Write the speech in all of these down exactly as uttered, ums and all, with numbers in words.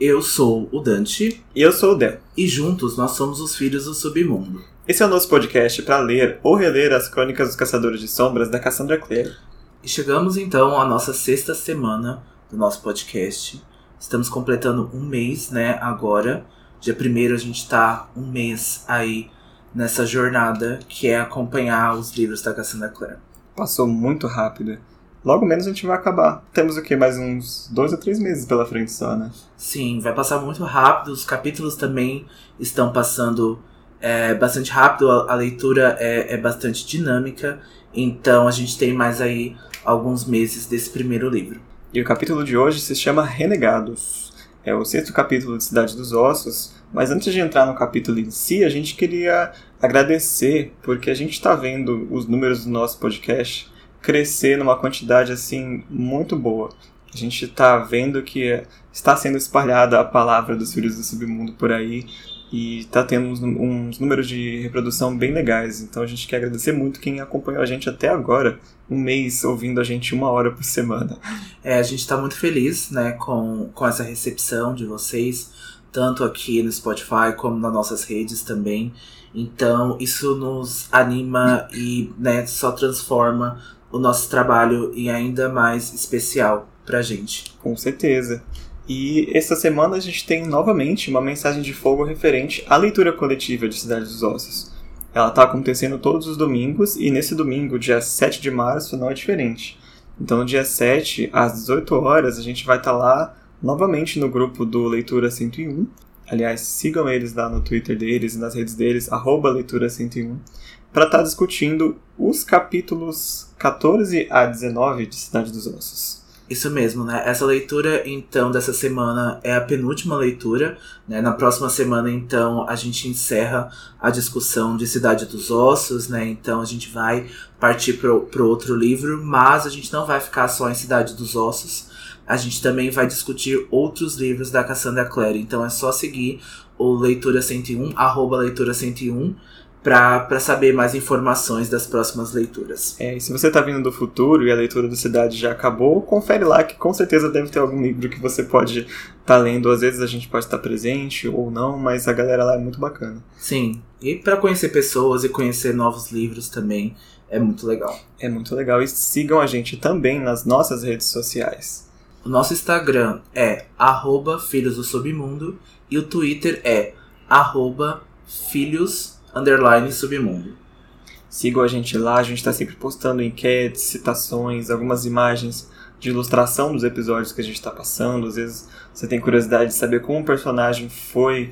Eu sou o Dante. E eu sou o Del. E juntos nós somos os Filhos do Submundo. Esse é o nosso podcast para ler ou reler as Crônicas dos Caçadores de Sombras da Cassandra Clare. E chegamos então à nossa sexta semana do nosso podcast. Estamos completando um mês, né, agora. Dia primeiro a gente tá um mês aí nessa jornada que é acompanhar os livros da Cassandra Clare. Passou muito rápido. Logo menos a gente vai acabar. Temos o quê? Mais uns dois ou três meses pela frente só, né? Sim, vai passar muito rápido. Os capítulos também estão passando é, bastante rápido. A, a leitura é, é bastante dinâmica. Então a gente tem mais aí alguns meses desse primeiro livro. E o capítulo de hoje se chama Renegados. É o sexto capítulo de Cidade dos Ossos. Mas antes de entrar no capítulo em si, a gente queria agradecer, porque a gente está vendo os números do nosso podcast crescer numa quantidade assim muito boa. A gente está vendo que está sendo espalhada a palavra dos Filhos do Submundo por aí e está tendo uns, uns números de reprodução bem legais. Então a gente quer agradecer muito quem acompanhou a gente até agora, um mês ouvindo a gente uma hora por semana. É, a gente está muito feliz, né, com, com essa recepção de vocês, tanto aqui no Spotify como nas nossas redes também. Então isso nos anima e, né, só transforma o nosso trabalho em ainda mais especial pra gente. Com certeza. E essa semana a gente tem novamente uma mensagem de fogo referente à leitura coletiva de Cidade dos Ossos. Ela está acontecendo todos os domingos e nesse domingo, dia sete de março, não é diferente. Então no dia sete, às dezoito horas, a gente vai estar tá lá novamente no grupo do Leitura cento e um. Aliás, sigam eles lá no Twitter deles e nas redes deles, arroba Leitura cento e um. Para estar tá discutindo os capítulos catorze a dezenove de Cidade dos Ossos. Isso mesmo, né? Essa leitura, então, dessa semana é a penúltima leitura, né? Na próxima semana, então, a gente encerra a discussão de Cidade dos Ossos, né? Então, a gente vai partir pro, pro outro livro, mas a gente não vai ficar só em Cidade dos Ossos. A gente também vai discutir outros livros da Cassandra Clare. Então, é só seguir o Leitura cento e um, arroba Leitura cento e um, para saber mais informações das próximas leituras. É, e se você está vindo do futuro e a leitura da cidade já acabou, confere lá que com certeza deve ter algum livro que você pode estar tá lendo. Às vezes a gente pode estar presente ou não, mas a galera lá é muito bacana. Sim, e para conhecer pessoas e conhecer novos livros também é muito legal. É muito legal e sigam a gente também nas nossas redes sociais. O nosso Instagram é arroba Filhos do Submundo e o Twitter é arroba Filhos underline Submundo. Sigam a gente lá, a gente está sempre postando enquetes, citações, algumas imagens de ilustração dos episódios que a gente está passando. Às vezes você tem curiosidade de saber como o personagem foi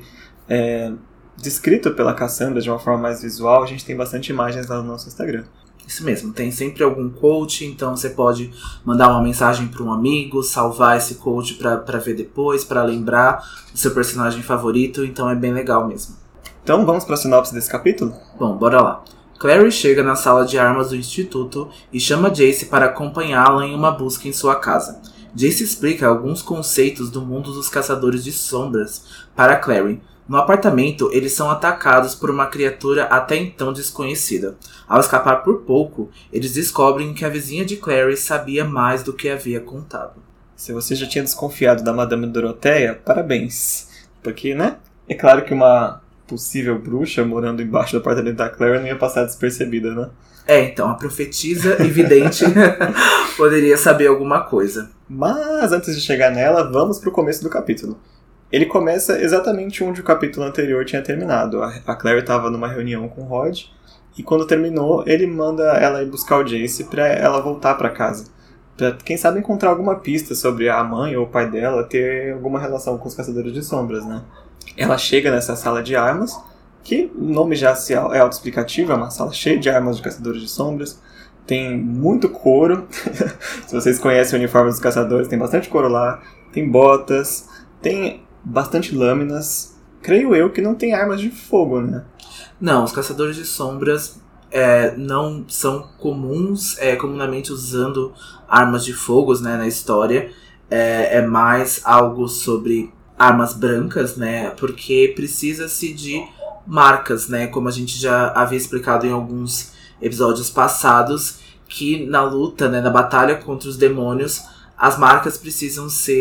é, descrito pela Cassandra de uma forma mais visual. A gente tem bastante imagens lá no nosso Instagram. Isso mesmo, tem sempre algum quote, então você pode mandar uma mensagem para um amigo, salvar esse quote para ver depois, para lembrar do seu personagem favorito, então é bem legal mesmo. Então vamos para a sinopse desse capítulo? Bom, bora lá. Clary chega na sala de armas do instituto e chama Jace para acompanhá-la em uma busca em sua casa. Jace explica alguns conceitos do mundo dos caçadores de sombras para Clary. No apartamento, eles são atacados por uma criatura até então desconhecida. Ao escapar por pouco, eles descobrem que a vizinha de Clary sabia mais do que havia contado. Se você já tinha desconfiado da Madame Doroteia, parabéns. Porque, né? É claro que uma possível bruxa morando embaixo do apartamento da Clary não ia passar despercebida, né? É, então, a profetisa evidente poderia saber alguma coisa. Mas antes de chegar nela, vamos pro começo do capítulo. Ele começa exatamente onde o capítulo anterior tinha terminado. A Clary estava numa reunião com o Rod, e quando terminou, ele manda ela ir buscar o Jace pra ela voltar pra casa. Pra, quem sabe, encontrar alguma pista sobre a mãe ou o pai dela ter alguma relação com os Caçadores de Sombras, né? Ela chega nessa sala de armas, que o nome já é autoexplicativo, é uma sala cheia de armas de Caçadores de Sombras. Tem muito couro. Se vocês conhecem o uniforme dos caçadores, tem bastante couro lá. Tem botas, tem bastante lâminas. Creio eu que não tem armas de fogo, né? Não, os Caçadores de Sombras é, não são comuns, é, comumente usando armas de fogo, né, na história. É, é mais algo sobre armas brancas, né? Porque precisa-se de marcas, né? Como a gente já havia explicado em alguns episódios passados, que na luta, né, na batalha contra os demônios, as marcas precisam ser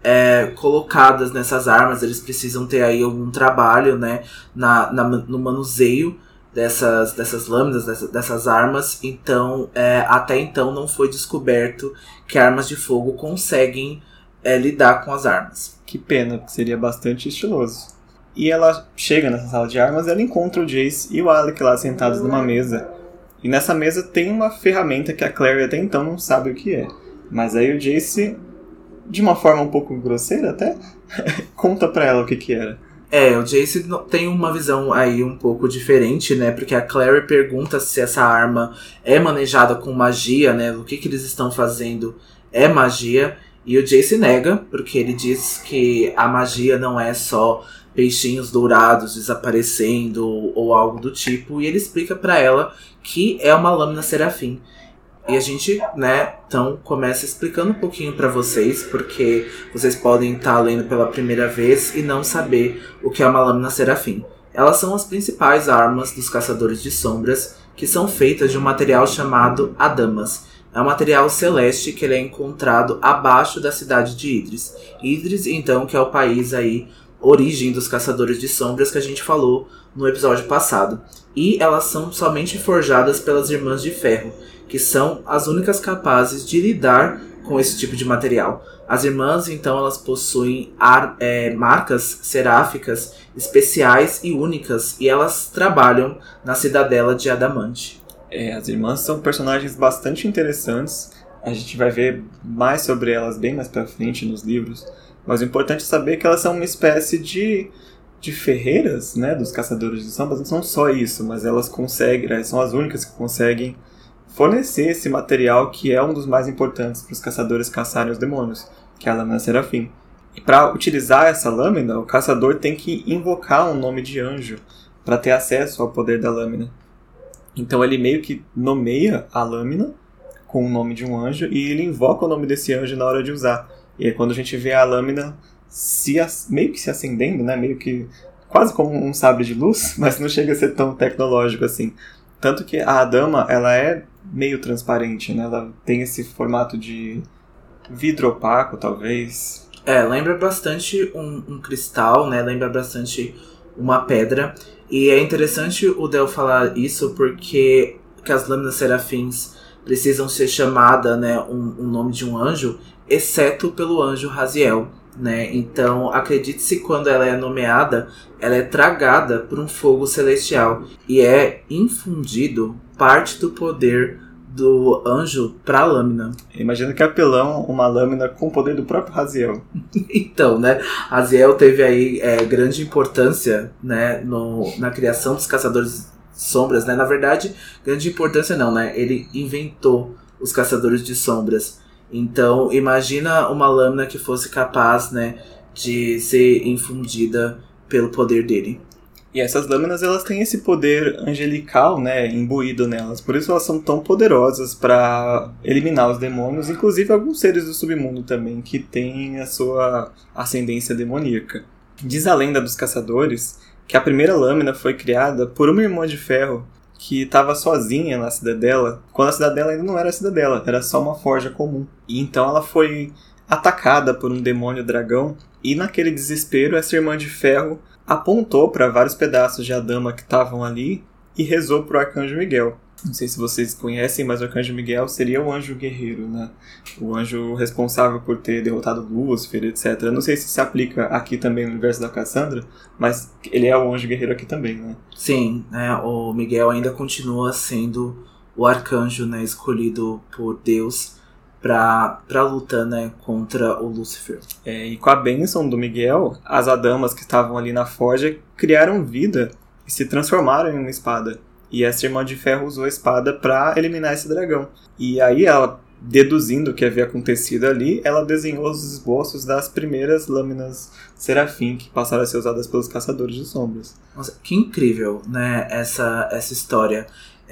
é, colocadas nessas armas, eles precisam ter aí algum trabalho, né, na, na, no manuseio dessas, dessas lâminas, dessas, dessas armas. Então, é, até então não foi descoberto que armas de fogo conseguem é, lidar com as armas. Que pena, porque seria bastante estiloso. E ela chega nessa sala de armas, ela encontra o Jace e o Alec lá sentados numa mesa. E nessa mesa tem uma ferramenta que a Clary até então não sabe o que é. Mas aí o Jace, de uma forma um pouco grosseira até, conta pra ela o que que era. É, o Jace tem uma visão aí um pouco diferente, né? Porque a Clary pergunta se essa arma é manejada com magia, né? O que que eles estão fazendo é magia. E o Jace nega, porque ele diz que a magia não é só peixinhos dourados desaparecendo ou algo do tipo. E ele explica pra ela que é uma lâmina serafim. E a gente, né, então começa explicando um pouquinho pra vocês, porque vocês podem estar lendo pela primeira vez e não saber o que é uma lâmina serafim. Elas são as principais armas dos caçadores de sombras, que são feitas de um material chamado adamas. É um material celeste que ele é encontrado abaixo da cidade de Idris. Idris, então, que é o país aí, origem dos caçadores de sombras que a gente falou no episódio passado. E elas são somente forjadas pelas Irmãs de Ferro, que são as únicas capazes de lidar com esse tipo de material. As irmãs, então, elas possuem ar, é, marcas seráficas especiais e únicas, e elas trabalham na cidadela de Adamante. É, as irmãs são personagens bastante interessantes. A gente vai ver mais sobre elas bem mais pra frente nos livros. Mas o importante é saber que elas são uma espécie de, de ferreiras, né, dos caçadores de sombras. Não são só isso, mas elas conseguem, elas são as únicas que conseguem fornecer esse material que é um dos mais importantes para os caçadores caçarem os demônios, que é a lâmina serafim. E para utilizar essa lâmina, o caçador tem que invocar um nome de anjo para ter acesso ao poder da lâmina. Então ele meio que nomeia a lâmina com o nome de um anjo e ele invoca o nome desse anjo na hora de usar. E aí quando a gente vê a lâmina se, meio que se acendendo, né? Meio que quase como um sabre de luz, mas não chega a ser tão tecnológico assim. Tanto que a Adama, ela é meio transparente, né? Ela tem esse formato de vidro opaco, talvez. É, lembra bastante um, um cristal, né? Lembra bastante uma pedra. E é interessante o Del falar isso porque que as lâminas serafins precisam ser chamadas, né, um, um nome de um anjo, exceto pelo anjo Raziel, né? Então, acredite-se, quando ela é nomeada, ela é tragada por um fogo celestial e é infundido parte do poder do anjo pra lâmina. Imagina que apelão uma lâmina com o poder do próprio Raziel. Então, né, Raziel teve aí é, grande importância, né, no, na criação dos caçadores de sombras, né? Na verdade, grande importância não, né? Ele inventou os caçadores de sombras. Então, imagina uma lâmina que fosse capaz, né, de ser infundida pelo poder dele. E essas lâminas, elas têm esse poder angelical, né, imbuído nelas. Por isso elas são tão poderosas para eliminar os demônios, inclusive alguns seres do submundo também, que têm a sua ascendência demoníaca. Diz a lenda dos caçadores que a primeira lâmina foi criada por uma irmã de ferro que estava sozinha na cidadela, quando a cidadela ainda não era a cidadela, era só uma forja comum. E então ela foi atacada por um demônio dragão, e naquele desespero essa irmã de ferro apontou para vários pedaços de Adama que estavam ali e rezou para o Arcanjo Miguel. Não sei se vocês conhecem, mas o Arcanjo Miguel seria o anjo guerreiro, né? O anjo responsável por ter derrotado Lúcifer, etcétera. Não sei se se aplica aqui também no universo da Cassandra, mas ele é o anjo guerreiro aqui também, né? Sim, né? O Miguel ainda continua sendo o arcanjo, né, escolhido por Deus para a luta, né, contra o Lúcifer. É, e com a bênção do Miguel, as Adamas que estavam ali na forja criaram vida e se transformaram em uma espada. E essa irmã de ferro usou a espada para eliminar esse dragão. E aí ela, deduzindo o que havia acontecido ali, ela desenhou os esboços das primeiras lâminas serafim que passaram a ser usadas pelos caçadores de sombras. Nossa, que incrível, né, essa, essa história.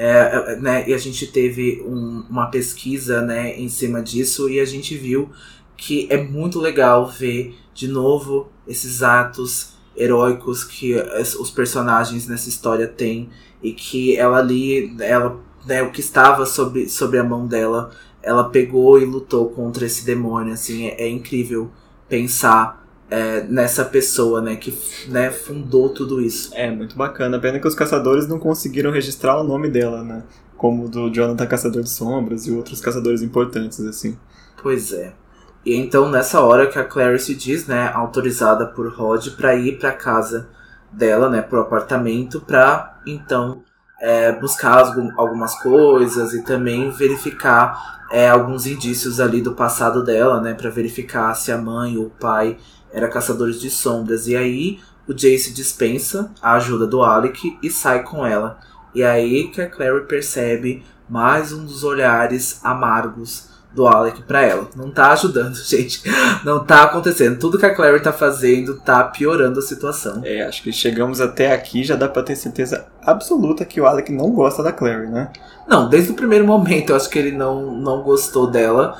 É, né, e a gente teve um, uma pesquisa, né, em cima disso, e a gente viu que é muito legal ver de novo esses atos heróicos que os personagens nessa história têm, e que ela ali, ela, né, o que estava sobre, sobre a mão dela, ela pegou e lutou contra esse demônio, assim, é, é incrível pensar é, nessa pessoa, né, que né, fundou tudo isso. É, muito bacana. Pena que os caçadores não conseguiram registrar o nome dela, né? Como o do Jonathan Caçador de Sombras e outros caçadores importantes, assim. Pois é. E então, nessa hora que a Clary se diz, né, autorizada por Rod pra ir pra casa dela, né, pro apartamento, pra, então, é, buscar as, algumas coisas e também verificar é, alguns indícios ali do passado dela, né, pra verificar se a mãe ou o pai eram caçadores de sombras. E aí, o Jace dispensa a ajuda do Alec e sai com ela. E aí que a Clary percebe mais um dos olhares amargos do Alec pra ela. Não tá ajudando, gente. Não tá acontecendo. Tudo que a Clary tá fazendo tá piorando a situação. É, acho que chegamos até aqui, já dá pra ter certeza absoluta que o Alec não gosta da Clary, né? Não, desde o primeiro momento eu acho que ele não, não gostou dela.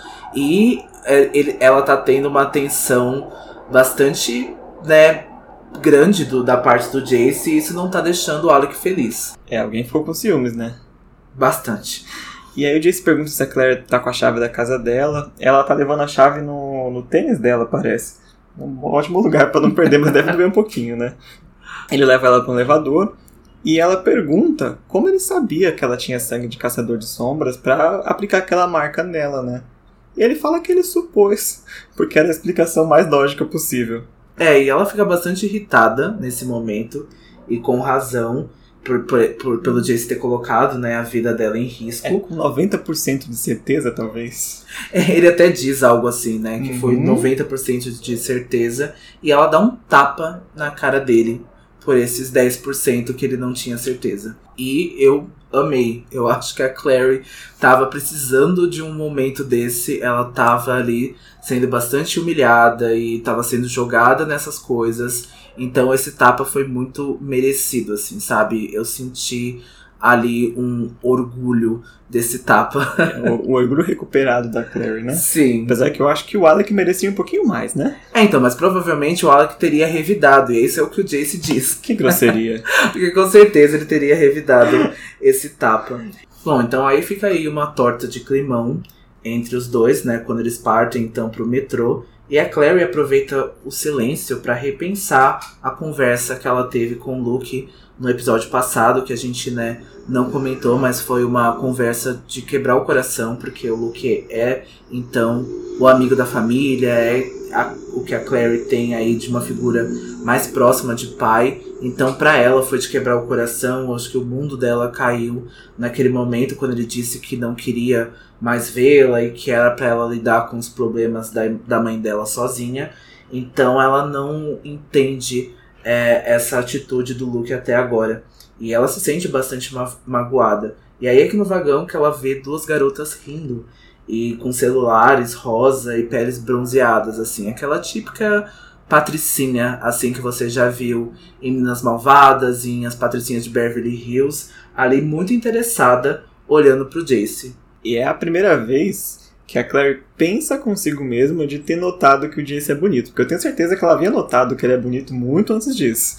E é, ele, ela tá tendo uma atenção bastante, né, grande do, da parte do Jace. E isso não tá deixando o Alec feliz. É, alguém ficou com ciúmes, né? Bastante. E aí o Jace pergunta se a Clary tá com a chave da casa dela. Ela tá levando a chave no, no tênis dela, parece. Um ótimo lugar pra não perder, mas deve doer um pouquinho, né? Ele leva ela pra um elevador e ela pergunta como ele sabia que ela tinha sangue de caçador de sombras pra aplicar aquela marca nela, né? E ele fala que ele supôs, porque era a explicação mais lógica possível. É, e ela fica bastante irritada nesse momento, e com razão, Por, por, por, pelo Jace ter colocado, né, a vida dela em risco. É, com noventa por cento de certeza, talvez. É, ele até diz algo assim, né, que uhum. foi noventa por cento de certeza. E ela dá um tapa na cara dele por esses dez por cento que ele não tinha certeza. E eu amei. Eu acho que a Clary tava precisando de um momento desse. Ela tava ali sendo bastante humilhada e tava sendo jogada nessas coisas. Então esse tapa foi muito merecido, assim, sabe? Eu senti ali um orgulho desse tapa. É, o, o orgulho recuperado da Clary, né? Sim. Apesar que eu acho que o Alec merecia um pouquinho mais, né? É, então, mas provavelmente o Alec teria revidado, e esse é o que o Jace diz. Que grosseria. Porque com certeza ele teria revidado esse tapa. Bom, então aí fica aí uma torta de climão entre os dois, né? Quando eles partem, então, pro metrô. E a Clary aproveita o silêncio para repensar a conversa que ela teve com o Luke no episódio passado, que a gente, né, não comentou, mas foi uma conversa de quebrar o coração, porque o Luke é, então, o amigo da família, é a, o que a Clary tem aí de uma figura mais próxima de pai. Então, para ela foi de quebrar o coração. Acho que o mundo dela caiu naquele momento, quando ele disse que não queria mais vê-la e que era para ela lidar com os problemas da, da mãe dela sozinha. Então ela não entende é, essa atitude do Luke até agora. E ela se sente bastante ma- magoada. E aí é que no vagão que ela vê duas garotas rindo. E com celulares rosa e peles bronzeadas, assim. Aquela típica patricinha, assim, que você já viu em Meninas Malvadas, em As Patricinhas de Beverly Hills. Ali muito interessada, olhando pro Jace. E é a primeira vez que a Clary pensa consigo mesma de ter notado que o Jace é bonito. Porque eu tenho certeza que ela havia notado que ele é bonito muito antes disso.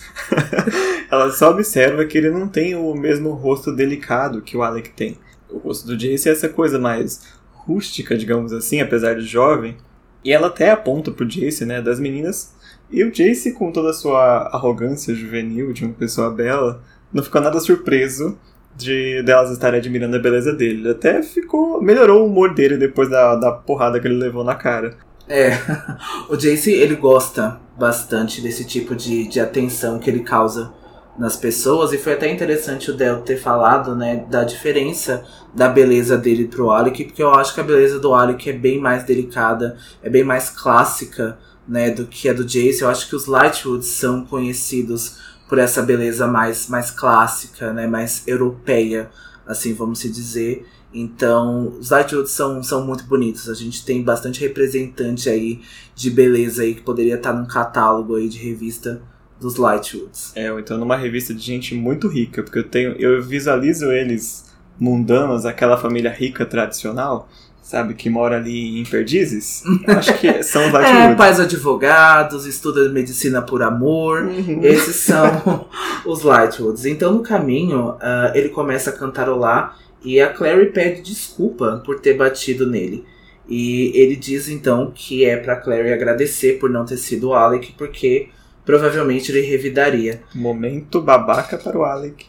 Ela só observa que ele não tem o mesmo rosto delicado que o Alec tem. O rosto do Jace é essa coisa mais rústica, digamos assim, apesar de jovem. E ela até aponta pro Jace, né, das meninas. E o Jace, com toda a sua arrogância juvenil de uma pessoa bela, não ficou nada surpreso de delas estarem admirando a beleza dele. Ele até ficou, melhorou o humor dele depois da, da porrada que ele levou na cara. É, o Jace, ele gosta bastante desse tipo de, de atenção que ele causa nas pessoas, e foi até interessante o Del ter falado, né, da diferença da beleza dele pro Alec, porque eu acho que a beleza do Alec é bem mais delicada, é bem mais clássica, né, do que a do Jace. Eu acho que os Lightwoods são conhecidos por essa beleza mais, mais clássica, né, mais europeia, assim, vamos se dizer. Então, os Lightwoods são, são muito bonitos. A gente tem bastante representante aí de beleza aí que poderia estar num catálogo aí de revista dos Lightwoods. É, ou então numa revista de gente muito rica, porque eu tenho, eu visualizo eles mundanos, aquela família rica tradicional, sabe, que mora ali em Perdizes. Acho que são os Lightwoods. É, pais advogados, estuda medicina por amor. Uhum. Esses são os Lightwoods. Então, no caminho, uh, ele começa a cantarolar e a Clary pede desculpa por ter batido nele. E ele diz então que é pra Clary agradecer por não ter sido o Alec, porque provavelmente ele revidaria. Momento babaca para o Alec.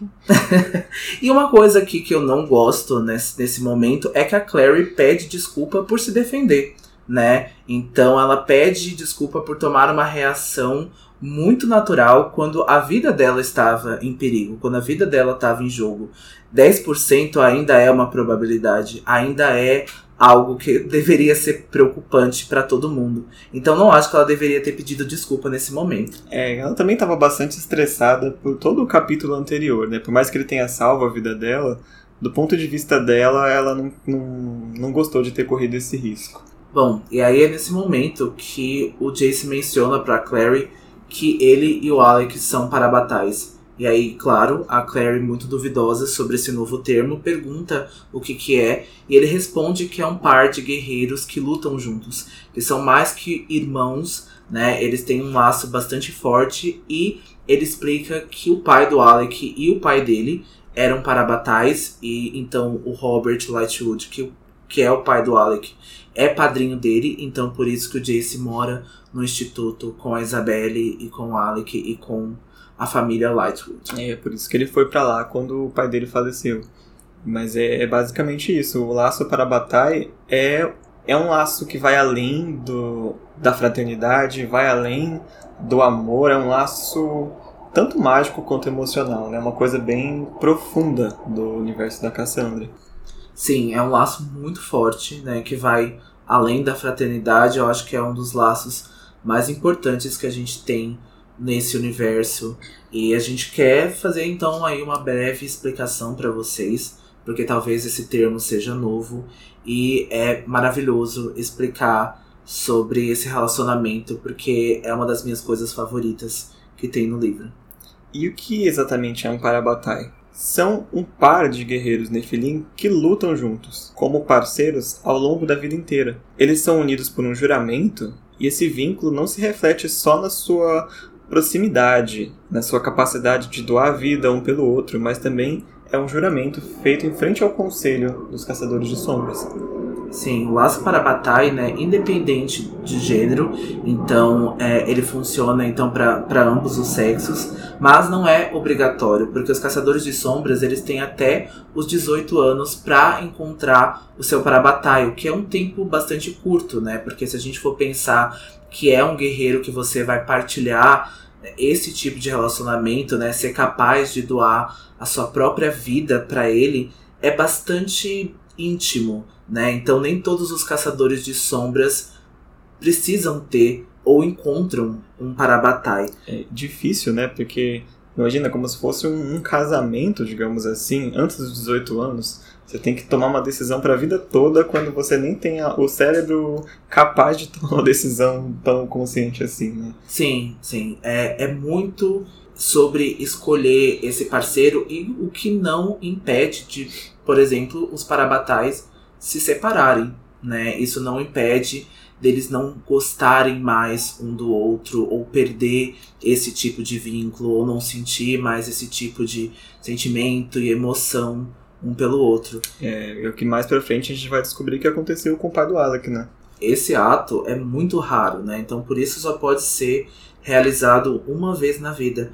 E uma coisa aqui que eu não gosto nesse, nesse momento é que a Clary pede desculpa por se defender, né? Então ela pede desculpa por tomar uma reação muito natural quando a vida dela estava em perigo, quando a vida dela estava em jogo. dez por cento ainda é uma probabilidade, ainda é algo que deveria ser preocupante para todo mundo. Então não acho que ela deveria ter pedido desculpa nesse momento. É, ela também estava bastante estressada por todo o capítulo anterior, né? Por mais que ele tenha salvo a vida dela, do ponto de vista dela, ela não, não, não gostou de ter corrido esse risco. Bom, e aí é nesse momento que o Jace menciona para Clary que ele e o Alec são parabatais. E aí, claro, a Clary, muito duvidosa sobre esse novo termo, pergunta o que que é, e ele responde que é um par de guerreiros que lutam juntos, que são mais que irmãos, né? Eles têm um laço bastante forte, e ele explica que o pai do Alec e o pai dele eram parabatais, e então o Robert Lightwood, que, que é o pai do Alec, é padrinho dele, então por isso que o Jace mora no instituto com a Isabelle e com o Alec e com a família Lightwood. É, por isso que ele foi pra lá quando o pai dele faleceu. Mas é, é basicamente isso. O laço parabatai é, é um laço que vai além do, da fraternidade, vai além do amor, é um laço tanto mágico quanto emocional, né? Uma coisa bem profunda do universo da Cassandra. Sim, é um laço muito forte, né? Que vai além da fraternidade. Eu acho que é um dos laços mais importantes que a gente tem nesse universo, e a gente quer fazer então aí uma breve explicação para vocês, porque talvez esse termo seja novo, e é maravilhoso explicar sobre esse relacionamento, porque é uma das minhas coisas favoritas que tem no livro. E o que exatamente é um parabatai? São um par de guerreiros Nephilim que lutam juntos, como parceiros ao longo da vida inteira. Eles são unidos por um juramento, e esse vínculo não se reflete só na sua proximidade, na sua capacidade de doar a vida um pelo outro, mas também é um juramento feito em frente ao Conselho dos Caçadores de Sombras. Sim, o laço parabatai, né, independente de gênero, então é, ele funciona então para ambos os sexos, mas não é obrigatório, porque os Caçadores de Sombras eles têm até os dezoito anos para encontrar o seu parabatai, o que é um tempo bastante curto, né, porque se a gente for pensar que é um guerreiro que você vai partilhar esse tipo de relacionamento, né, ser capaz de doar a sua própria vida para ele, é bastante íntimo, né? Então nem todos os Caçadores de Sombras precisam ter ou encontram um parabatai. É difícil, né? Porque imagina como se fosse um, um casamento, digamos assim, antes dos dezoito anos. Você tem que tomar uma decisão para a vida toda quando você nem tem a, o cérebro capaz de tomar uma decisão tão consciente assim, né? Sim, sim. É, é muito sobre escolher esse parceiro, e o que não impede de, por exemplo, os parabatais se separarem, né? Isso não impede deles não gostarem mais um do outro, ou perder esse tipo de vínculo, ou não sentir mais esse tipo de sentimento e emoção um pelo outro. É, o que mais pra frente a gente vai descobrir que aconteceu com o pai do Alec, né? Esse ato é muito raro, né? Então por isso só pode ser realizado uma vez na vida.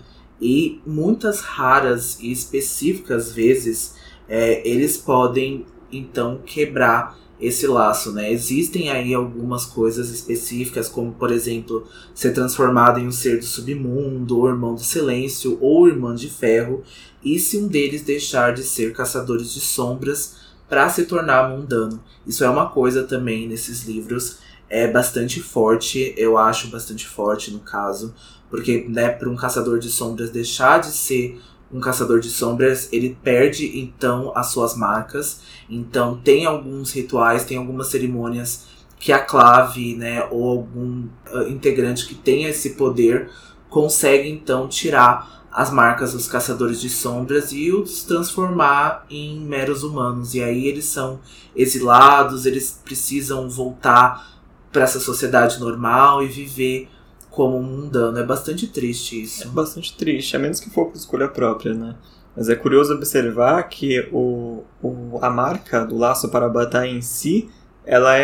E muitas raras e específicas vezes é, eles podem então quebrar esse laço, né? Existem aí algumas coisas específicas, como por exemplo, ser transformado em um ser do submundo, ou irmão do silêncio, ou irmã de ferro, e se um deles deixar de ser Caçadores de Sombras para se tornar mundano. Isso é uma coisa também nesses livros, é bastante forte, eu acho bastante forte no caso, porque, né, para um Caçador de Sombras deixar de ser um Caçador de Sombras, ele perde então as suas marcas. Então tem alguns rituais, tem algumas cerimônias que a Clave, né, ou algum uh, integrante que tenha esse poder consegue então tirar as marcas dos Caçadores de Sombras e os transformar em meros humanos. E aí eles são exilados, eles precisam voltar para essa sociedade normal e viver como um mundano. É bastante triste isso. É bastante triste, a menos que for por escolha própria, né? Mas é curioso observar que o, o, a marca do laço parabatai em si, ela é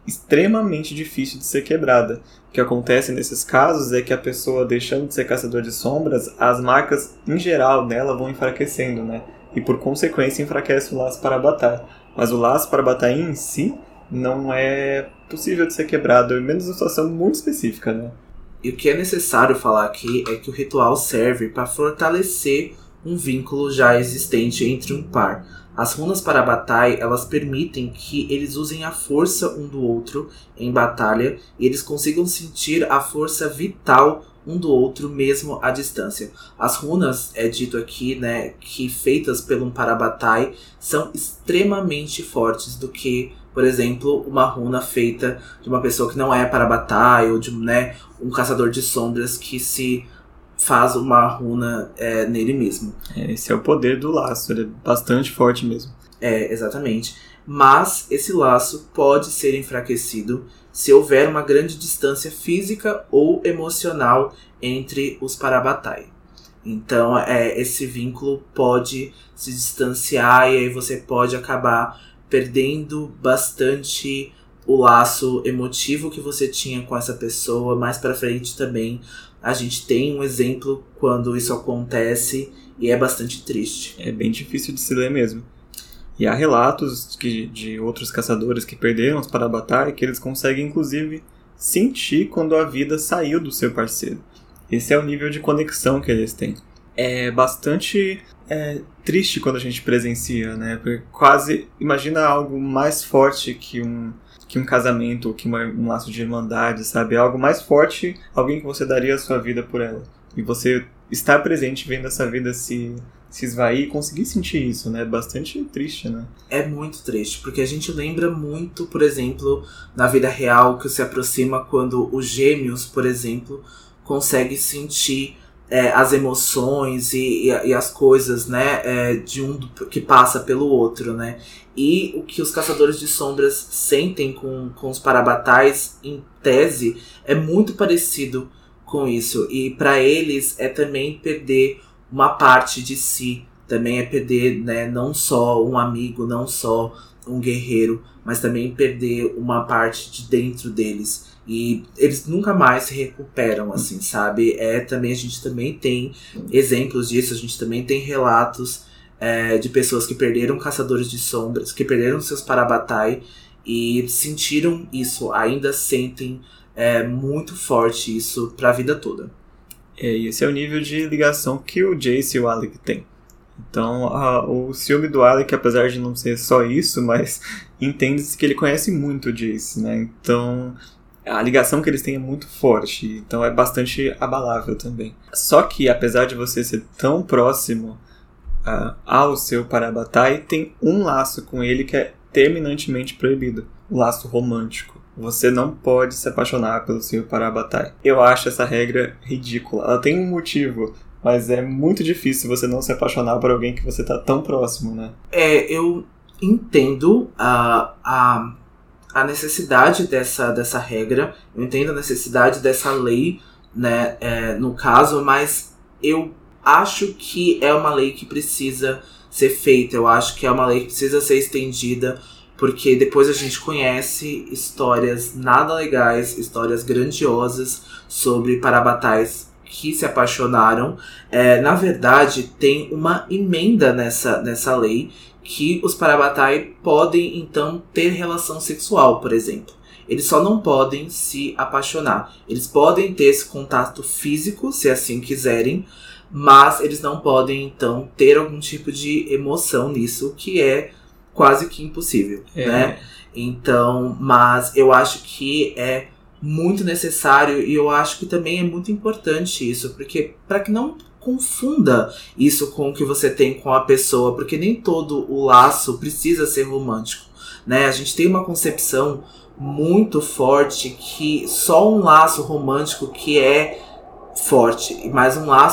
extremamente difícil de ser quebrada. O que acontece nesses casos é que a pessoa, deixando de ser caçador de sombras, as marcas em geral dela vão enfraquecendo, né? E por consequência enfraquece o laço Parabatai. Mas o laço Parabatai em si não é possível de ser quebrado, menos em uma situação muito específica, né? E o que é necessário falar aqui é que o ritual serve para fortalecer um vínculo já existente entre um par. As runas Parabatai, elas permitem que eles usem a força um do outro em batalha e eles consigam sentir a força vital um do outro mesmo à distância. As runas, é dito aqui, né, que feitas por um Parabatai são extremamente fortes do que, por exemplo, uma runa feita de uma pessoa que não é Parabatai ou de, né, um caçador de sombras que se faz uma runa é, nele mesmo. É, esse é o poder do laço, ele é bastante forte mesmo. É, exatamente. Mas esse laço pode ser enfraquecido se houver uma grande distância física ou emocional entre os Parabatai. Então, é, esse vínculo pode se distanciar e aí você pode acabar perdendo bastante o laço emotivo que você tinha com essa pessoa. Mais pra frente também a gente tem um exemplo quando isso acontece e é bastante triste. É bem difícil de se ler mesmo. E há relatos que, de outros caçadores que perderam os Parabatai que eles conseguem inclusive sentir quando a vida saiu do seu parceiro. Esse é o nível de conexão que eles têm. É bastante é, triste quando a gente presencia, né? Porque quase, imagina algo mais forte que um, que um casamento, ou que uma, um laço de irmandade, sabe? Algo mais forte, alguém que você daria a sua vida por ela. E você estar presente vendo essa vida se, se esvair e conseguir sentir isso, né? Bastante triste, né? É muito triste, porque a gente lembra muito, por exemplo, na vida real, que se aproxima quando os gêmeos, por exemplo, conseguem sentir É, as emoções e, e, e as coisas, né, é, de um que passa pelo outro, né, e o que os caçadores de sombras sentem com, com os Parabatais, em tese, é muito parecido com isso, e para eles é também perder uma parte de si, também é perder, né, não só um amigo, não só um guerreiro, mas também perder uma parte de dentro deles. E eles nunca mais se recuperam, assim, sabe? É, também, a gente também tem exemplos disso, a gente também tem relatos é, de pessoas que perderam caçadores de sombras, que perderam seus Parabatai e sentiram isso, ainda sentem é, muito forte isso pra vida toda. É, e esse é o nível de ligação que o Jace e o Alec têm. Então, a, o ciúme do Alec, apesar de não ser só isso, mas entende-se que ele conhece muito o Jace, né? Então, a ligação que eles têm é muito forte, então é bastante abalável também. Só que, apesar de você ser tão próximo uh, ao seu Parabatai, tem um laço com ele que é terminantemente proibido. O laço romântico. Você não pode se apaixonar pelo seu Parabatai. Eu acho essa regra ridícula. Ela tem um motivo, mas é muito difícil você não se apaixonar por alguém que você tá tão próximo, né? É, eu entendo a... a... a necessidade dessa, dessa regra, eu entendo a necessidade dessa lei, né, é, no caso, mas eu acho que é uma lei que precisa ser feita, eu acho que é uma lei que precisa ser estendida, porque depois a gente conhece histórias nada legais, histórias grandiosas sobre Parabatais que se apaixonaram. É, na verdade, tem uma emenda nessa, nessa lei, que os Parabatai podem, então, ter relação sexual, por exemplo. Eles só não podem se apaixonar. Eles podem ter esse contato físico, se assim quiserem, mas eles não podem, então, ter algum tipo de emoção nisso, que é quase que impossível, é. né? Então, mas eu acho que é muito necessário e eu acho que também é muito importante isso, porque para que não confunda isso com o que você tem com a pessoa, porque nem todo o laço precisa ser romântico, né? A gente tem uma concepção muito forte que só um laço romântico que é forte, mas um laço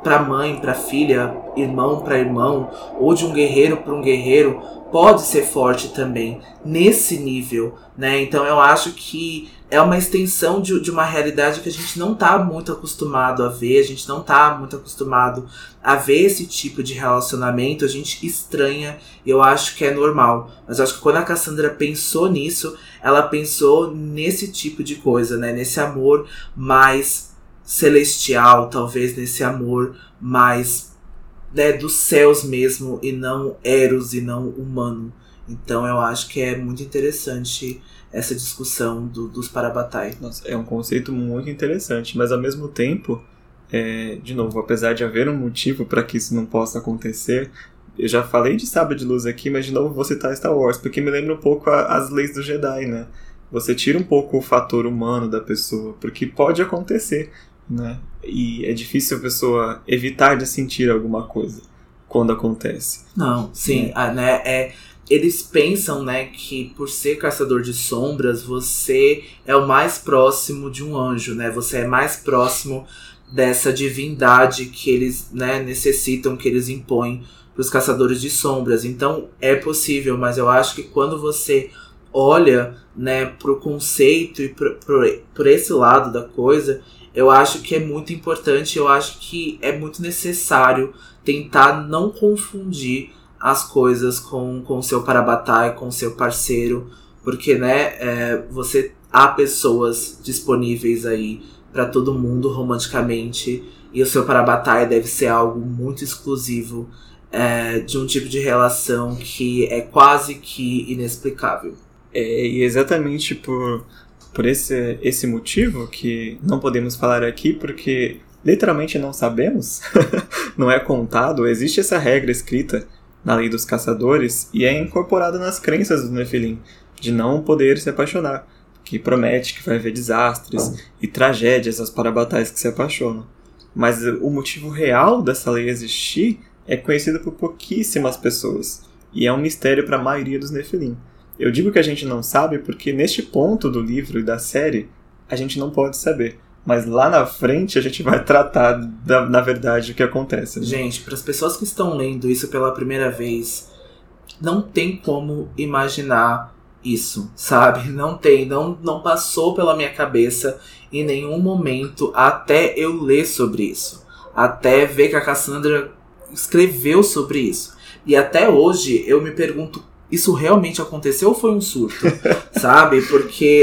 pra mãe, pra filha, irmão pra irmão, ou de um guerreiro pra um guerreiro, pode ser forte também, nesse nível, né? Então eu acho que é uma extensão de, de uma realidade que a gente não tá muito acostumado a ver, a gente não tá muito acostumado a ver esse tipo de relacionamento, a gente estranha, e eu acho que é normal. Mas eu acho que quando a Cassandra pensou nisso, ela pensou nesse tipo de coisa, né? Nesse amor mais celestial, talvez nesse amor mais, né, dos céus mesmo, e não eros e não humano. Então eu acho que é muito interessante essa discussão do, dos Parabatai. Nossa, é um conceito muito interessante, mas ao mesmo tempo, é, de novo, apesar de haver um motivo para que isso não possa acontecer, eu já falei de Sabre de Luz aqui, mas de novo vou citar Star Wars, porque me lembra um pouco a, as leis do Jedi, né? Você tira um pouco o fator humano da pessoa, porque pode acontecer, né? E é difícil a pessoa evitar de sentir alguma coisa quando acontece. Não, sim, é. Ah, né, é, eles pensam, né, que por ser caçador de sombras, você é o mais próximo de um anjo, né? Você é mais próximo dessa divindade que eles, né, necessitam, que eles impõem para os caçadores de sombras. Então é possível, mas eu acho que quando você olha, né, pro conceito e pro, pro, por esse lado da coisa, eu acho que é muito importante, eu acho que é muito necessário tentar não confundir as coisas com o seu Parabatai, com o seu parceiro, porque, né, é, você há pessoas disponíveis aí para todo mundo romanticamente, e o seu Parabatai deve ser algo muito exclusivo, é, de um tipo de relação que é quase que inexplicável. É, e exatamente por, por esse, esse motivo que não podemos falar aqui, porque literalmente não sabemos, não é contado, existe essa regra escrita na lei dos caçadores e é incorporada nas crenças do Nefilim, de não poder se apaixonar, que promete que vai haver desastres e tragédias aos Parabatais que se apaixonam. Mas o motivo real dessa lei existir é conhecido por pouquíssimas pessoas, e é um mistério para a maioria dos Nefilim. Eu digo que a gente não sabe porque neste ponto do livro e da série a gente não pode saber. Mas lá na frente a gente vai tratar, da, na verdade, o que acontece. Né? Gente, para as pessoas que estão lendo isso pela primeira vez, não tem como imaginar isso, sabe? Não tem, não, não passou pela minha cabeça em nenhum momento até eu ler sobre isso. Até ver que a Cassandra escreveu sobre isso. E até hoje eu me pergunto, isso realmente aconteceu ou foi um surto? Sabe? Porque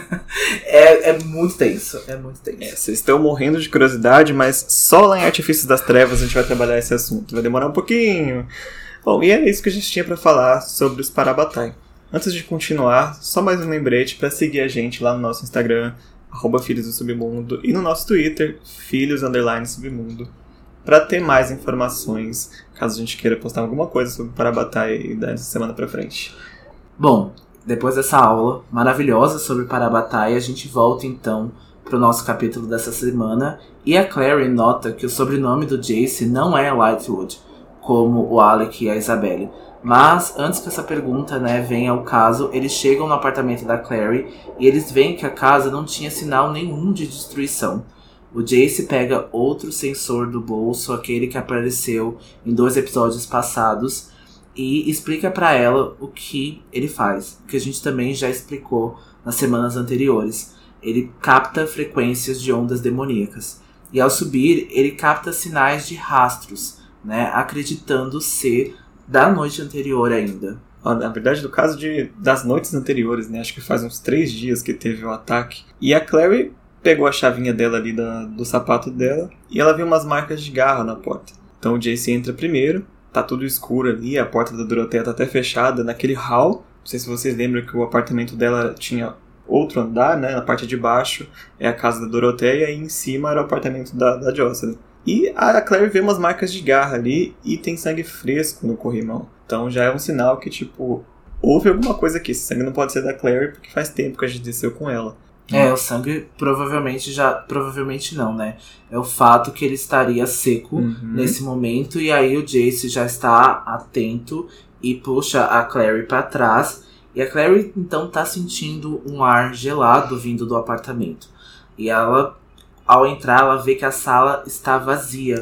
é, é muito tenso. É muito tenso. É, vocês estão morrendo de curiosidade, mas só lá em Artifícios das Trevas a gente vai trabalhar esse assunto. Vai demorar um pouquinho. Bom, e é isso que a gente tinha pra falar sobre os Parabatai. Antes de continuar, só mais um lembrete pra seguir a gente lá no nosso Instagram, arroba Filhos do Submundo, e no nosso Twitter, Filhos underline Submundo, para ter mais informações, caso a gente queira postar alguma coisa sobre Parabatai dessa semana pra frente. Bom, depois dessa aula maravilhosa sobre Parabatai, a gente volta então pro nosso capítulo dessa semana, e a Clary nota que o sobrenome do Jace não é Lightwood, como o Alec e a Isabelle. Mas, antes que essa pergunta, né, venha ao caso, eles chegam no apartamento da Clary e eles veem que a casa não tinha sinal nenhum de destruição. O Jace pega outro sensor do bolso, aquele que apareceu em dois episódios passados, e explica pra ela o que ele faz, que a gente também já explicou nas semanas anteriores. Ele capta frequências de ondas demoníacas. E ao subir, ele capta sinais de rastros, né, acreditando ser da noite anterior ainda. Na verdade, no caso de, das noites anteriores, né, acho que faz uns três dias que teve o ataque. E a Clary pegou a chavinha dela ali da, do sapato dela e ela viu umas marcas de garra na porta. Então o Jace entra primeiro, tá tudo escuro ali, a porta da Dorothea tá até fechada naquele hall. Não sei se vocês lembram que o apartamento dela tinha outro andar, né? Na parte de baixo é a casa da Dorothea e em cima era o apartamento da, da Jocelyn. E a Clary vê umas marcas de garra ali e tem sangue fresco no corrimão. Então já é um sinal que, tipo, houve alguma coisa aqui. Esse sangue não pode ser da Clary porque faz tempo que a gente desceu com ela. É, o sangue provavelmente já... Provavelmente não, né? É o fato que ele estaria seco uhum. nesse momento. E aí o Jace já está atento e puxa a Clary pra trás. E a Clary, então, tá sentindo um ar gelado vindo do apartamento. E ela, ao entrar, ela vê que a sala está vazia.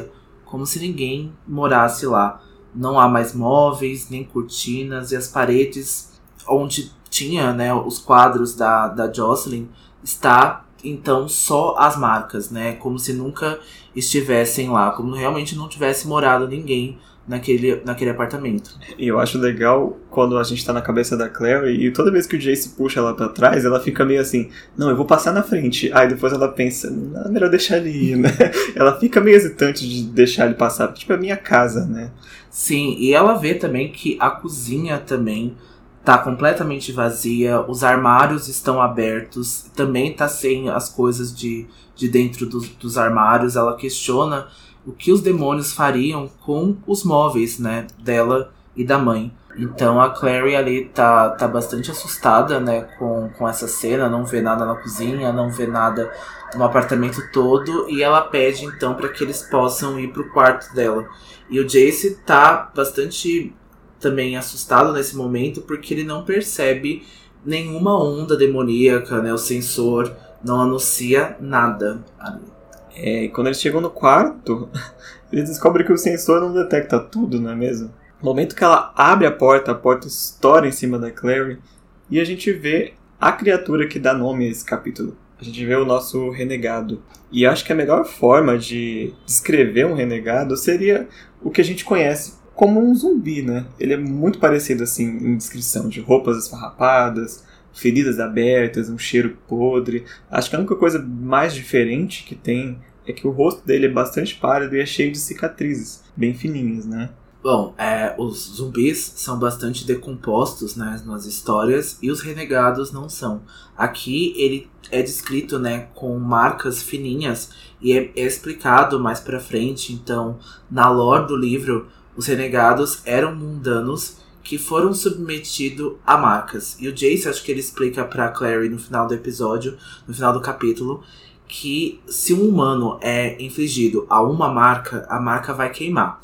como se ninguém morasse lá. Não há mais móveis, nem cortinas, e as paredes onde tinha, né, os quadros da, da Jocelyn, está então só as marcas, né, como se nunca estivessem lá, como realmente não tivesse morado ninguém naquele, naquele apartamento. E eu acho legal quando a gente tá na cabeça da Clary e toda vez que o Jace puxa ela pra trás, ela fica meio assim, não, eu vou passar na frente. Aí depois ela pensa, não, é melhor deixar ele ir, né? Ela fica meio hesitante de deixar ele passar, porque tipo, é minha casa, né? Sim, e ela vê também que a cozinha também tá completamente vazia, os armários estão abertos, também tá sem as coisas de, de dentro dos, dos armários. Ela questiona o que os demônios fariam com os móveis, né, dela e da mãe. Então a Clary ali tá, tá bastante assustada, né, com, com essa cena, não vê nada na cozinha, não vê nada no apartamento todo, e ela pede então para que eles possam ir pro quarto dela. E o Jace tá bastante também assustado nesse momento, porque ele não percebe nenhuma onda demoníaca, né, o sensor não anuncia nada ali. É, e quando eles chegam no quarto, eles descobrem que o sensor não detecta tudo, não é mesmo? No momento que ela abre a porta, a porta estoura em cima da Clary e a gente vê a criatura que dá nome a esse capítulo. A gente vê o nosso renegado. E acho que a melhor forma de descrever um renegado seria o que a gente conhece como um zumbi, né? Ele é muito parecido assim em descrição, de roupas esfarrapadas, feridas abertas, um cheiro podre. Acho que a única coisa mais diferente que tem é que o rosto dele é bastante pálido e é cheio de cicatrizes, bem fininhas, né? Bom, é, os zumbis são bastante decompostos, né, nas histórias, e os renegados não são. Aqui ele é descrito, né, com marcas fininhas e é, é explicado mais pra frente. Então, na lore do livro, os renegados eram mundanos que foram submetidos a marcas. E o Jace, acho que ele explica pra Clary no final do episódio, no final do capítulo, que se um humano é infligido a uma marca, a marca vai queimar.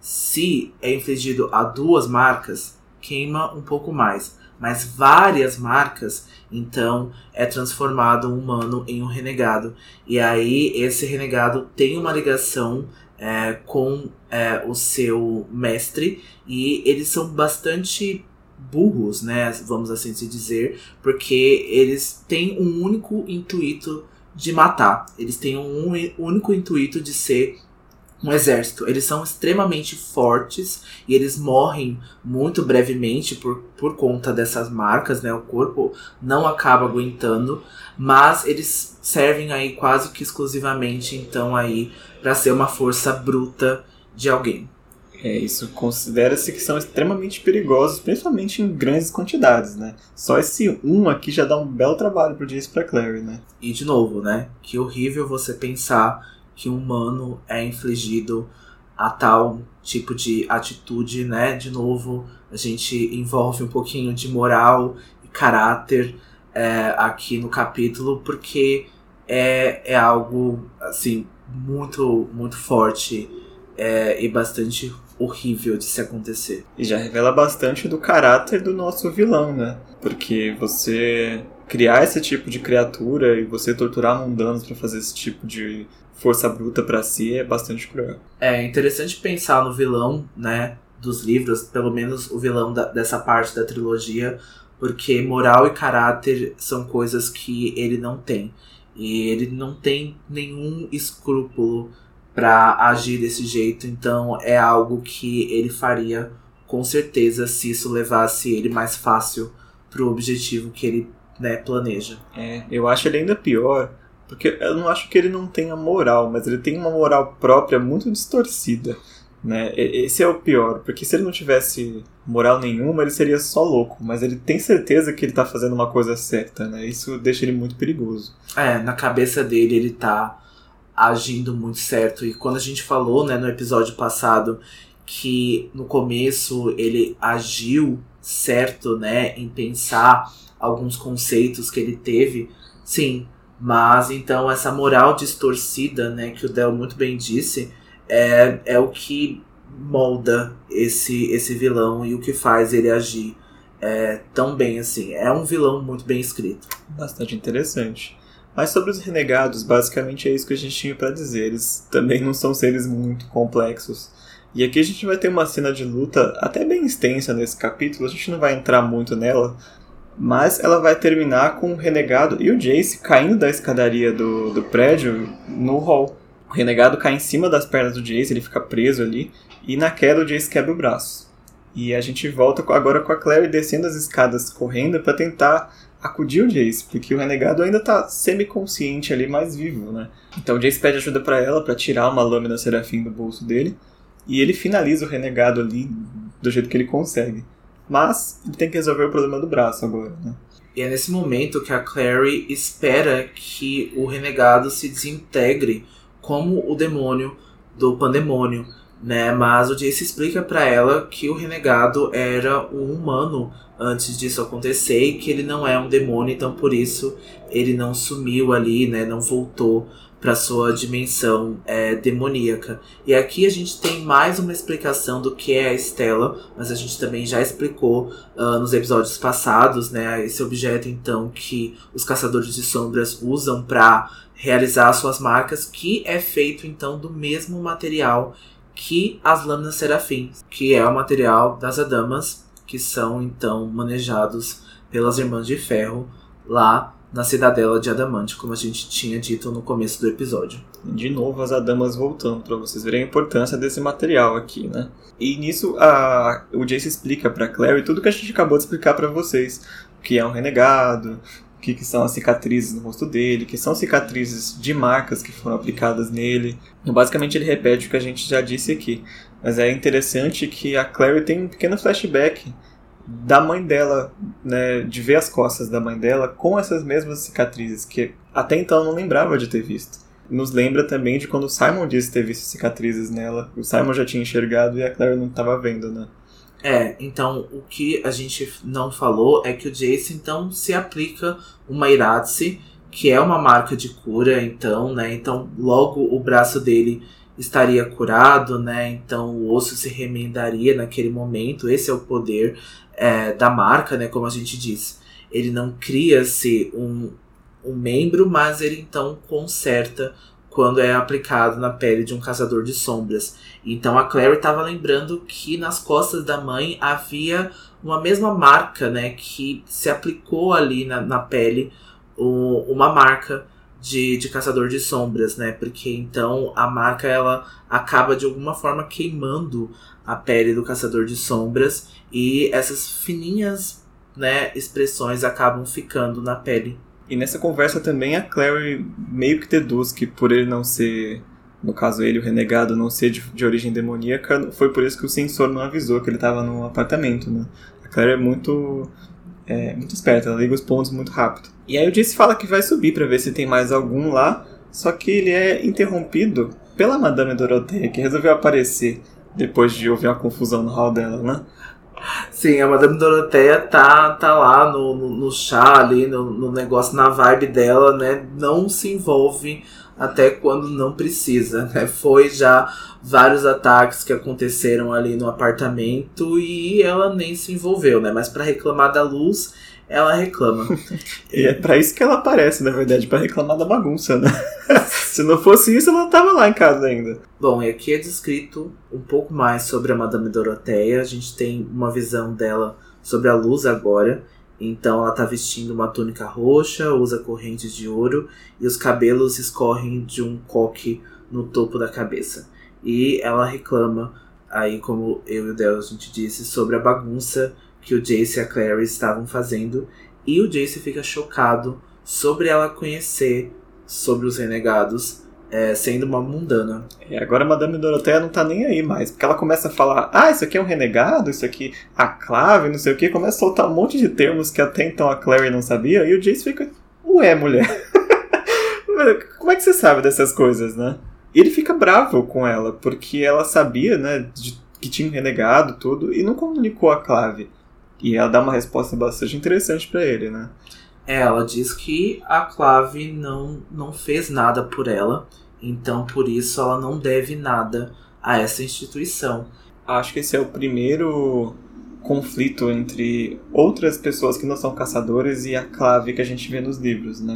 Se é infligido a duas marcas, queima um pouco mais. Mas várias marcas, então é transformado um humano em um renegado. E aí esse renegado tem uma ligação é, com é, o seu mestre. E eles são bastante burros, né? Vamos assim se dizer. Porque eles têm um único intuito de matar. Eles têm um único intuito de ser um exército. Eles são extremamente fortes e eles morrem muito brevemente por, por conta dessas marcas, né? O corpo não acaba aguentando, mas eles servem aí quase que exclusivamente então aí para ser uma força bruta de alguém. É, isso considera-se que são extremamente perigosos, principalmente em grandes quantidades, né? Só esse um aqui já dá um belo trabalho pro Jace e pra Clary, né? E de novo, né? Que horrível você pensar que um humano é infligido a tal tipo de atitude, né? De novo, a gente envolve um pouquinho de moral e caráter é, aqui no capítulo, porque é, é algo, assim, muito, muito forte é, e bastante horrível de se acontecer. E já revela bastante do caráter do nosso vilão, né? Porque você criar esse tipo de criatura e você torturar mundanos pra fazer esse tipo de força bruta pra si é bastante cruel. É interessante pensar no vilão, né, dos livros, pelo menos o vilão da, dessa parte da trilogia, porque moral e caráter são coisas que ele não tem. E ele não tem nenhum escrúpulo pra agir desse jeito, então é algo que ele faria com certeza se isso levasse ele mais fácil pro objetivo que ele, né, planeja. É, eu acho ele ainda pior, porque eu não acho que ele não tenha moral, mas ele tem uma moral própria muito distorcida, né? Esse é o pior, porque se ele não tivesse moral nenhuma, ele seria só louco, mas ele tem certeza que ele tá fazendo uma coisa certa, né? Isso deixa ele muito perigoso. É, na cabeça dele ele tá agindo muito certo, e quando a gente falou, né, no episódio passado, que no começo ele agiu certo, né, em pensar alguns conceitos que ele teve, sim, mas então essa moral distorcida, né, que o Del muito bem disse, é, é o que molda esse, esse vilão e o que faz ele agir é, tão bem assim. É um vilão muito bem escrito. Bastante interessante. Mas sobre os renegados, basicamente é isso que a gente tinha pra dizer. Eles também não são seres muito complexos. E aqui a gente vai ter uma cena de luta até bem extensa nesse capítulo, a gente não vai entrar muito nela, mas ela vai terminar com o renegado e o Jace caindo da escadaria do, do prédio no hall. O renegado cai em cima das pernas do Jace, ele fica preso ali, e na queda o Jace quebra o braço. E a gente volta agora com a Clary descendo as escadas correndo para tentar acudir o Jace, porque o renegado ainda tá semi-consciente ali, mais vivo, né? Então o Jace pede ajuda para ela, para tirar uma lâmina serafim do bolso dele, e ele finaliza o renegado ali do jeito que ele consegue. Mas ele tem que resolver o problema do braço agora, né? E é nesse momento que a Clary espera que o renegado se desintegre como o demônio do pandemônio, né? Mas o Jace explica pra ela que o renegado era um humano antes disso acontecer e que ele não é um demônio, então por isso ele não sumiu ali, né? Não voltou para sua dimensão é, demoníaca. E aqui a gente tem mais uma explicação do que é a Estela, mas a gente também já explicou uh, nos episódios passados, né? Esse objeto então que os caçadores de sombras usam para realizar suas marcas, que é feito então do mesmo material que as lâminas serafim, que é o material das adamas, que são então manejados pelas Irmãs de Ferro lá na Cidadela de Adamante, como a gente tinha dito no começo do episódio. De novo as adamas voltando, para vocês verem a importância desse material aqui, né? E nisso a, o Jace explica pra Clary tudo que a gente acabou de explicar para vocês. O que é um renegado, o que, que são as cicatrizes no rosto dele, que são cicatrizes de marcas que foram aplicadas nele. E basicamente ele repete o que a gente já disse aqui. Mas é interessante que a Clary tem um pequeno flashback da mãe dela, né, de ver as costas da mãe dela com essas mesmas cicatrizes, que até então eu não lembrava de ter visto. Nos lembra também de quando o Simon disse ter visto cicatrizes nela. O Simon já tinha enxergado e a Clary não estava vendo, né? É, então o que a gente não falou é que o Jace então se aplica uma Iratse, que é uma marca de cura, então, né? Então logo o braço dele estaria curado, né? Então o osso se remendaria naquele momento. Esse é o poder é, da marca, né? Como a gente disse. Ele não cria-se um, um membro, mas ele então conserta quando é aplicado na pele de um caçador de sombras. Então a Clary estava lembrando que nas costas da mãe havia uma mesma marca, né? Que se aplicou ali na, na pele, o, uma marca De, de caçador de sombras, né? Porque então a marca ela acaba de alguma forma queimando a pele do caçador de sombras e essas fininhas, né, expressões acabam ficando na pele. E nessa conversa também a Clary meio que deduz que por ele não ser, no caso ele, o renegado, não ser de, de origem demoníaca, foi por isso que o sensor não avisou que ele estava no apartamento, né? A Clary é muito... É muito esperta, ela liga os pontos muito rápido. E aí o Jace fala que vai subir pra ver se tem mais algum lá, só que ele é interrompido pela Madame Dorothea, que resolveu aparecer depois de ouvir uma confusão no hall dela, né? Sim, a Madame Dorothea tá, tá lá no, no, no chá ali, no, no negócio, na vibe dela, né? Não se envolve até quando não precisa, né? Foi já vários ataques que aconteceram ali no apartamento e ela nem se envolveu, né? Mas pra reclamar da luz, ela reclama. E é pra isso que ela aparece, na verdade, pra reclamar da bagunça, né? Se não fosse isso, ela tava lá em casa ainda. Bom, e aqui é descrito um pouco mais sobre a Madame Dorothea. A gente tem uma visão dela sobre a luz agora. Então ela tá vestindo uma túnica roxa, usa correntes de ouro e os cabelos escorrem de um coque no topo da cabeça. E ela reclama, aí como eu e o Del a gente disse, sobre a bagunça que o Jace e a Clary estavam fazendo. E o Jace fica chocado sobre ela conhecer sobre os renegados, é, sendo uma mundana. E agora a Madame Dorothea não tá nem aí mais, porque ela começa a falar, ah, isso aqui é um renegado, isso aqui, a clave, não sei o que, começa a soltar um monte de termos que até então a Clary não sabia, e o Jace fica, ué, mulher, como é que você sabe dessas coisas, né? E ele fica bravo com ela, porque ela sabia, né, de, que tinha um renegado, tudo, e não comunicou a clave. E ela dá uma resposta bastante interessante pra ele, né? É, ela diz que a Clave não, não fez nada por ela, então por isso ela não deve nada a essa instituição. Acho que esse é o primeiro conflito entre outras pessoas que não são caçadores e a Clave que a gente vê nos livros, né?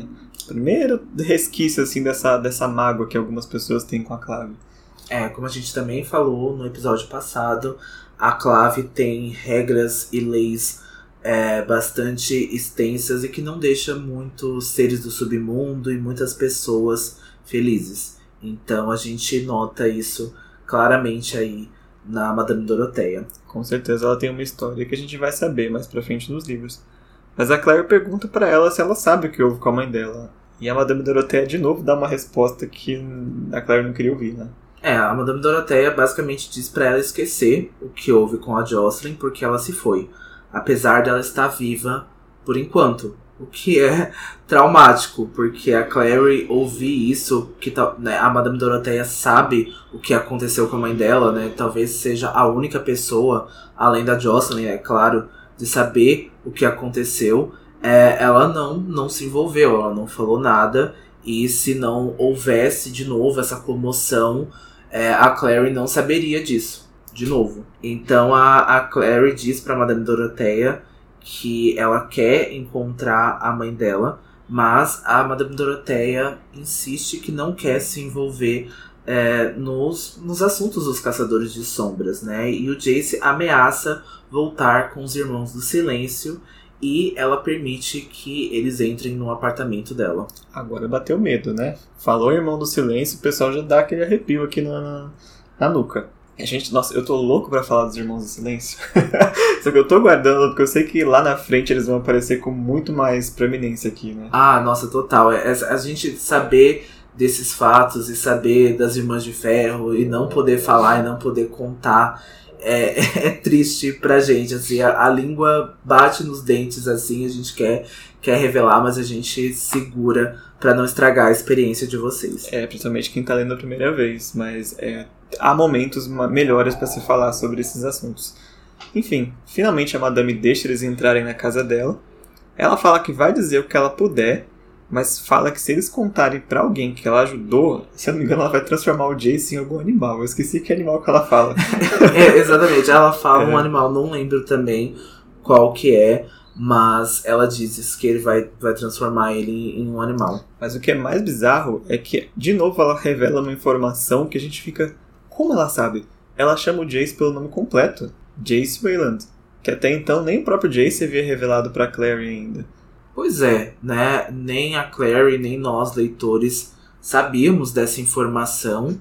Primeiro resquício, assim, dessa, dessa mágoa que algumas pessoas têm com a Clave. É, como a gente também falou no episódio passado, a Clave tem regras e leis é, bastante extensas e que não deixa muitos seres do submundo e muitas pessoas felizes. Então a gente nota isso claramente aí na Madame Doroteia. Com certeza ela tem uma história que a gente vai saber mais pra frente nos livros. Mas a Claire pergunta pra ela se ela sabe o que houve com a mãe dela. E a Madame Doroteia de novo dá uma resposta que a Claire não queria ouvir, né? É, a Madame Doroteia basicamente diz pra ela esquecer o que houve com a Jocelyn porque ela se foi. Apesar dela estar viva por enquanto. O que é traumático, porque a Clary ouvir isso, que né, a Madame Doroteia sabe o que aconteceu com a mãe dela, né? Talvez seja a única pessoa, além da Jocelyn, é claro, de saber o que aconteceu. É, ela não, não se envolveu, ela não falou nada. E se não houvesse de novo essa comoção, é, a Clary não saberia disso, de novo. Então a, a Clary diz pra Madame Doroteia que ela quer encontrar a mãe dela, mas a Madame Doroteia insiste que não quer se envolver é, nos, nos assuntos dos Caçadores de Sombras, né? E o Jace ameaça voltar com os Irmãos do Silêncio e ela permite que eles entrem no apartamento dela. Agora bateu medo, né? Falou Irmão do Silêncio, o pessoal já dá aquele arrepio aqui na, na, na nuca. A gente, nossa, eu tô louco pra falar dos Irmãos do Silêncio. Só que eu tô guardando, porque eu sei que lá na frente eles vão aparecer com muito mais proeminência aqui, né? Ah, nossa, total. É, a gente saber desses fatos e saber das Irmãs de Ferro e não poder falar e não poder contar é, é triste pra gente, assim. A, a língua bate nos dentes, assim, a gente quer, quer revelar, mas a gente segura pra não estragar a experiência de vocês. É, principalmente quem tá lendo a primeira vez, mas é... há momentos melhores para se falar sobre esses assuntos. Enfim, finalmente a Madame deixa eles entrarem na casa dela. Ela fala que vai dizer o que ela puder, mas fala que se eles contarem pra alguém que ela ajudou, se eu não me engano, ela vai transformar o Jace em algum animal. Eu esqueci que animal que ela fala. É, exatamente, ela fala é. um animal, não lembro também qual que é, mas ela diz que ele vai, vai transformar ele em um animal. Mas o que é mais bizarro é que, de novo, ela revela uma informação que a gente fica... Como ela sabe? Ela chama o Jace pelo nome completo, Jace Wayland, que até então nem o próprio Jace havia revelado pra Clary ainda. Pois é, né? Nem a Clary, nem nós, leitores, sabíamos dessa informação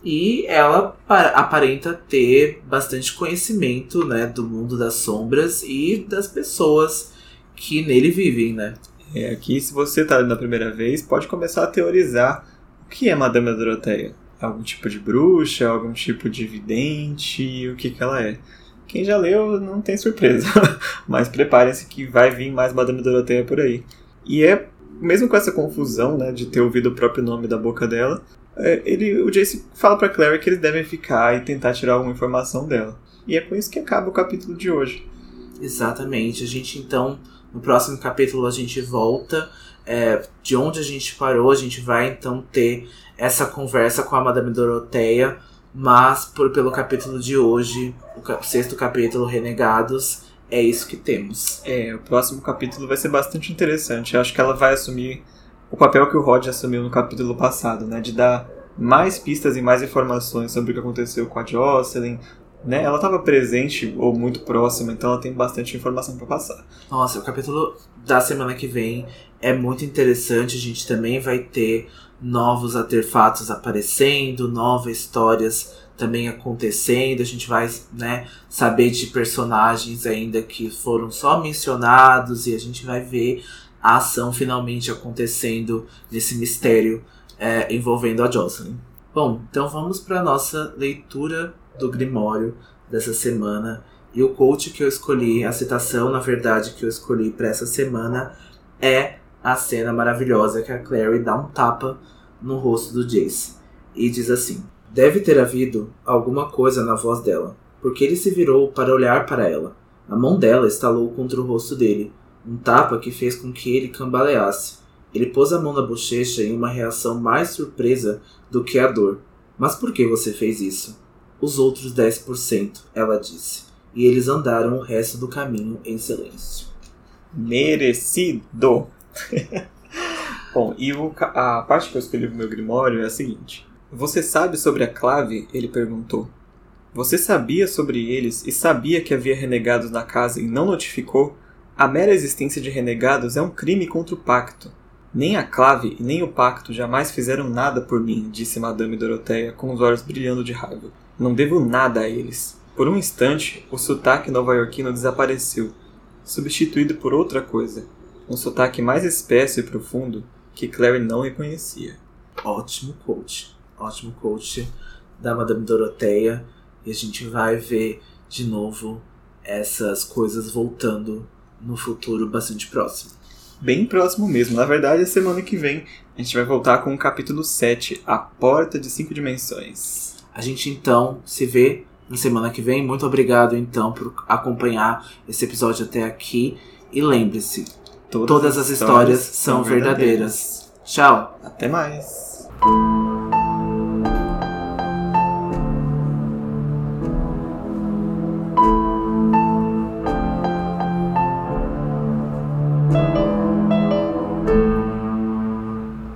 e ela aparenta ter bastante conhecimento, né, do mundo das sombras e das pessoas que nele vivem, né? É, aqui, se você tá lendo a primeira vez, pode começar a teorizar o que é Madame Doroteia. Algum tipo de bruxa, algum tipo de vidente, o que que ela é. Quem já leu não tem surpresa, mas preparem-se que vai vir mais Madame Doroteia por aí. E é, mesmo com essa confusão, né, de ter ouvido o próprio nome da boca dela, é, ele, o Jace fala pra Clary que eles devem ficar e tentar tirar alguma informação dela. E é com isso que acaba o capítulo de hoje. Exatamente, a gente então, no próximo capítulo a gente volta é, de onde a gente parou, a gente vai então ter essa conversa com a Madame Doroteia, mas por, pelo capítulo de hoje, o, o sexto capítulo, Renegados, é isso que temos. É, o próximo capítulo vai ser bastante interessante. Eu acho que ela vai assumir o papel que o Rod assumiu no capítulo passado, né, de dar mais pistas e mais informações sobre o que aconteceu com a Jocelyn, né? Ela estava presente ou muito próxima, então ela tem bastante informação para passar. Nossa, o capítulo da semana que vem é muito interessante. A gente também vai ter novos artefatos aparecendo, novas histórias também acontecendo. A gente vai, né, saber de personagens ainda que foram só mencionados e a gente vai ver a ação finalmente acontecendo nesse mistério é, envolvendo a Jocelyn. Bom, então vamos para a nossa leitura do Grimório dessa semana. E o quote que eu escolhi, a citação, na verdade, que eu escolhi para essa semana é a cena maravilhosa que a Clary dá um tapa no rosto do Jace. E diz assim: deve ter havido alguma coisa na voz dela, porque ele se virou para olhar para ela. A mão dela estalou contra o rosto dele, um tapa que fez com que ele cambaleasse. Ele pôs a mão na bochecha em uma reação mais surpresa do que a dor. Mas por que você fez isso? Os outros dez por cento, ela disse. E eles andaram o resto do caminho em silêncio. Merecido! Bom, e o, a parte que eu escolhi pro meu grimório é a seguinte. Você sabe sobre a clave? Ele perguntou. Você sabia sobre eles e sabia que havia renegados na casa e não notificou? A mera existência de renegados é um crime contra o pacto. Nem a clave e nem o pacto jamais fizeram nada por mim, disse Madame Doroteia, com os olhos brilhando de raiva. Não devo nada a eles. Por um instante, o sotaque nova-iorquino desapareceu, substituído por outra coisa. Um sotaque mais espesso e profundo que Clary não reconhecia. Ótimo coach. Ótimo coach da Madame Doroteia. E a gente vai ver de novo essas coisas voltando no futuro bastante próximo. Bem próximo mesmo. Na verdade, a semana que vem a gente vai voltar com o capítulo sete, A Porta de Cinco Dimensões. A gente então se vê na semana que vem. Muito obrigado então por acompanhar esse episódio até aqui. E lembre-se, todas, todas as histórias, histórias são verdadeiras. verdadeiras. Tchau. Até mais.